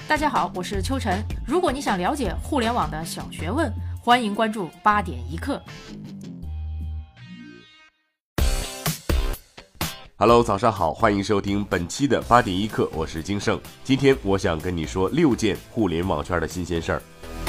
大家好，我是秋晨。如果你想了解互联网的小学问，欢迎关注8点一刻。 Hello， 早上好，欢迎收听本期的8点一刻，我是金盛。今天我想跟你说6件互联网圈的新鲜事儿。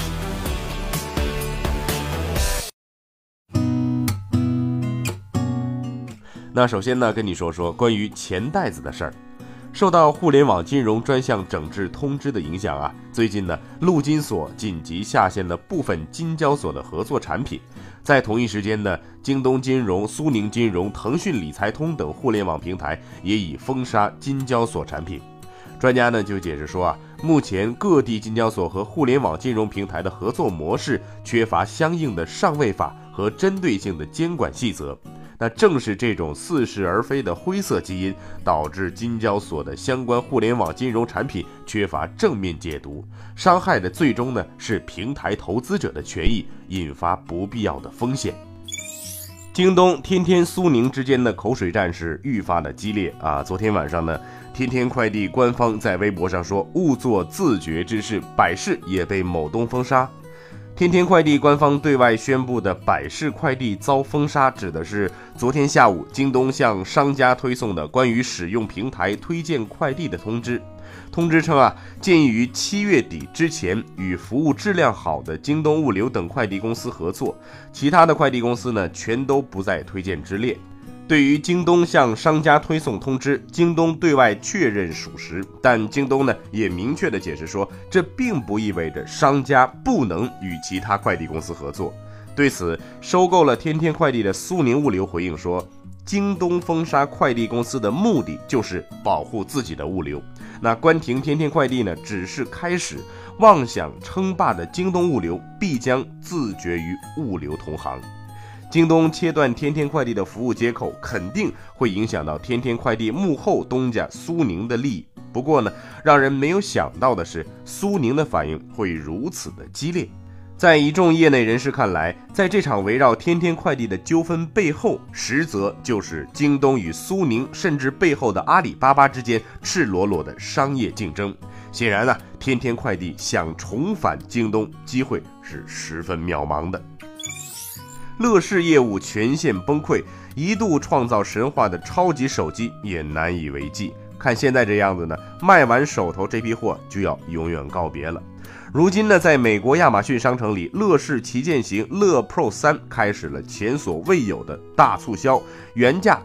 那首先呢，跟你说说关于钱袋子的事儿。受到互联网金融专项整治通知的影响啊，最近呢，陆金所紧急下线了部分金交所的合作产品。在同一时间呢，京东金融、苏宁金融、腾讯理财通等互联网平台也已封杀金交所产品。专家呢就解释说啊，目前各地金交所和互联网金融平台的合作模式缺乏相应的上位法和针对性的监管细则。那正是这种似是而非的灰色基因，导致金交所的相关互联网金融产品缺乏正面解读，伤害的最终呢是平台投资者的权益，引发不必要的风险。京东、天天、苏宁之间的口水战是愈发的激烈啊！昨天晚上呢，天天快递官方在微博上说，勿做自觉之事，百世也被某东封杀。天天快递官方对外宣布的百世快递遭封杀，指的是昨天下午京东向商家推送的关于使用平台推荐快递的通知。通知称啊，建议于7月底之前与服务质量好的京东物流等快递公司合作，其他的快递公司呢全都不在推荐之列。对于京东向商家推送通知，京东对外确认属实，但京东呢也明确的解释说，这并不意味着商家不能与其他快递公司合作。对此，收购了天天快递的苏宁物流回应说，京东封杀快递公司的目的就是保护自己的物流，那关停天天快递呢只是开始，妄想称霸的京东物流必将自绝于物流同行。京东切断天天快递的服务接口，肯定会影响到天天快递幕后东家苏宁的利益。不过呢，让人没有想到的是，苏宁的反应会如此的激烈。在一众业内人士看来，在这场围绕天天快递的纠纷背后，实则就是京东与苏宁甚至背后的阿里巴巴之间赤裸裸的商业竞争。显然啊，天天快递想重返京东，机会是十分渺茫的。乐视业务全线崩溃，一度创造神话的超级手机也难以为继。看现在这样子呢，卖完手头这批货就要永远告别了。如今呢，在美国亚马逊商城里，乐视旗舰型乐 Pro 3开始了前所未有的大促销，原价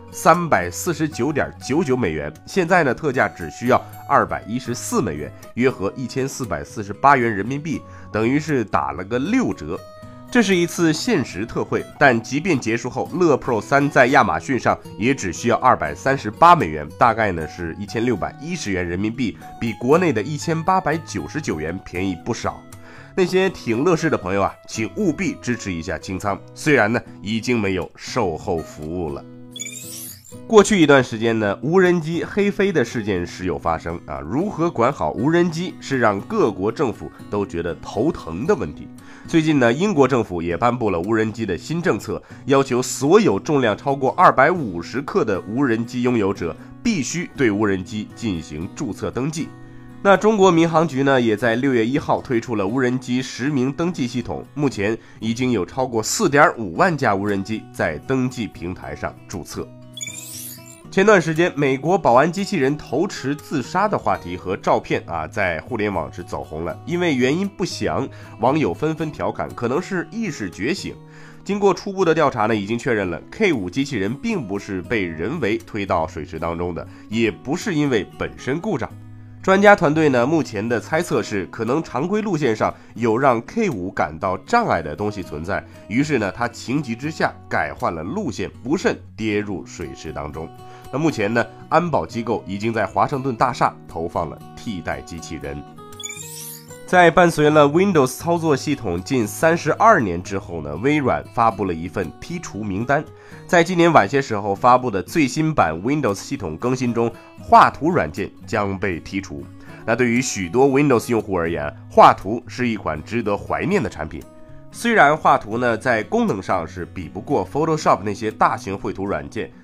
349.99美元，现在呢特价只需要214美元，约合1448元人民币，等于是打了个6折。这是一次限时特惠，但即便结束后，乐 Pro 3在亚马逊上也只需要238美元，大概呢是1610元人民币，比国内的1899元便宜不少。那些挺乐视的朋友啊，请务必支持一下清仓，虽然呢已经没有售后服务了。过去一段时间呢，无人机黑飞的事件时有发生啊，如何管好无人机是让各国政府都觉得头疼的问题。最近呢，英国政府也颁布了无人机的新政策，要求所有重量超过250克的无人机拥有者必须对无人机进行注册登记。那中国民航局呢，也在6月1号推出了无人机实名登记系统，目前已经有超过4.5万架无人机在登记平台上注册。前段时间，美国保安机器人偷吃自杀的话题和照片啊，在互联网是走红了。因为原因不详，网友纷纷调侃可能是意识觉醒。经过初步的调查呢，已经确认了 K5 机器人并不是被人为推到水池当中的，也不是因为本身故障。专家团队呢，目前的猜测是，可能常规路线上有让 K5 感到障碍的东西存在，于是呢，他情急之下改换了路线，不慎跌入水池当中。那目前呢，安保机构已经在华盛顿大厦投放了替代机器人。在伴随了 Windows 操作系统近32年之后呢，微软发布了一份剔除名单。在今年晚些时候发布的最新版 Windows 系统更新中，画图软件将被剔除。那对于许多 Windows 用户而言，画图是一款值得怀念的产品。虽然画图呢在功能上是比不过 Photoshop 那些大型绘图软件，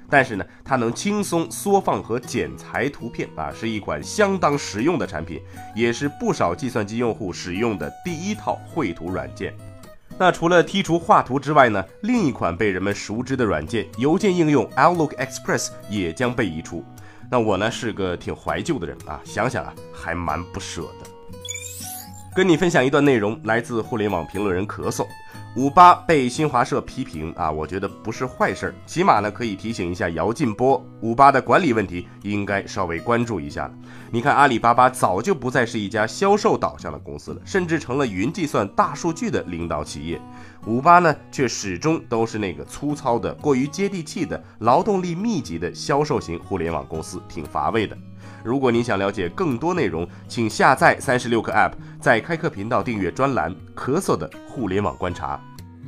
但是呢，它能轻松缩放和剪裁图片啊，是一款相当实用的产品，也是不少计算机用户使用的第一套绘图软件。那除了剔除画图之外呢，另一款被人们熟知的软件邮件应用 Outlook Express 也将被移除。那我呢是个挺怀旧的人啊，想想啊还蛮不舍的。跟你分享一段内容，来自互联网评论人咳嗽。58被新华社批评啊，我觉得不是坏事，起码呢可以提醒一下姚劲波，58的管理问题应该稍微关注一下了。你看阿里巴巴早就不再是一家销售导向的公司了，甚至成了云计算大数据的领导企业。58呢却始终都是那个粗糙的、过于接地气的、劳动力密集的销售型互联网公司，挺乏味的。如果你想了解更多内容，请下载36课 App， 在开课频道订阅专栏咳嗽的互联网观察。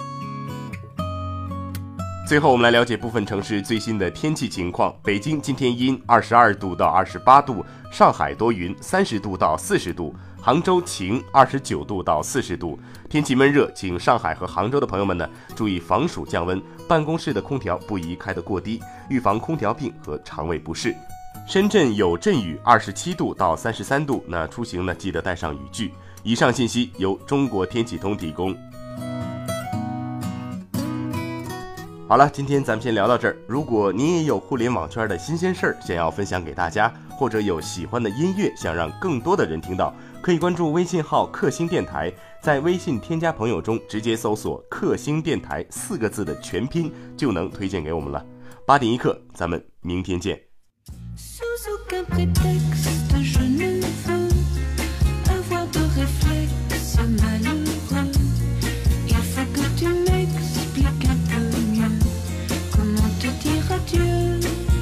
最后我们来了解部分城市最新的天气情况。北京今天阴22度到28度，上海多云30度到40度，杭州晴29度到40度。天气闷热，请上海和杭州的朋友们呢注意防暑降温，办公室的空调不宜开得过低，预防空调病和肠胃不适。深圳有阵雨，27度到33度，那出行呢记得带上雨具。以上信息由中国天气通提供。好了，今天咱们先聊到这儿。如果您也有互联网圈的新鲜事儿想要分享给大家，或者有喜欢的音乐想让更多的人听到，可以关注微信号克星电台，在微信添加朋友中直接搜索克星电台4个字的全拼就能推荐给我们了。8点1刻，咱们明天见。 Sous aucun prétexte, je ne veux avoir de réflexe malheureux. Il faut que tu m'expliques un peu mieux comment te dire adieu.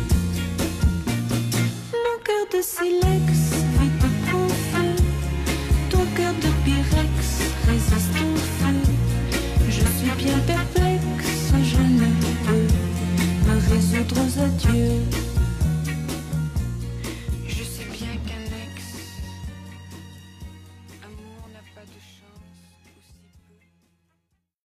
Mon cœur de silex vite prend feu, ton cœur de pyrex résiste au feu. Je suis bien perplexe, je ne peux me résoudre aux adieux.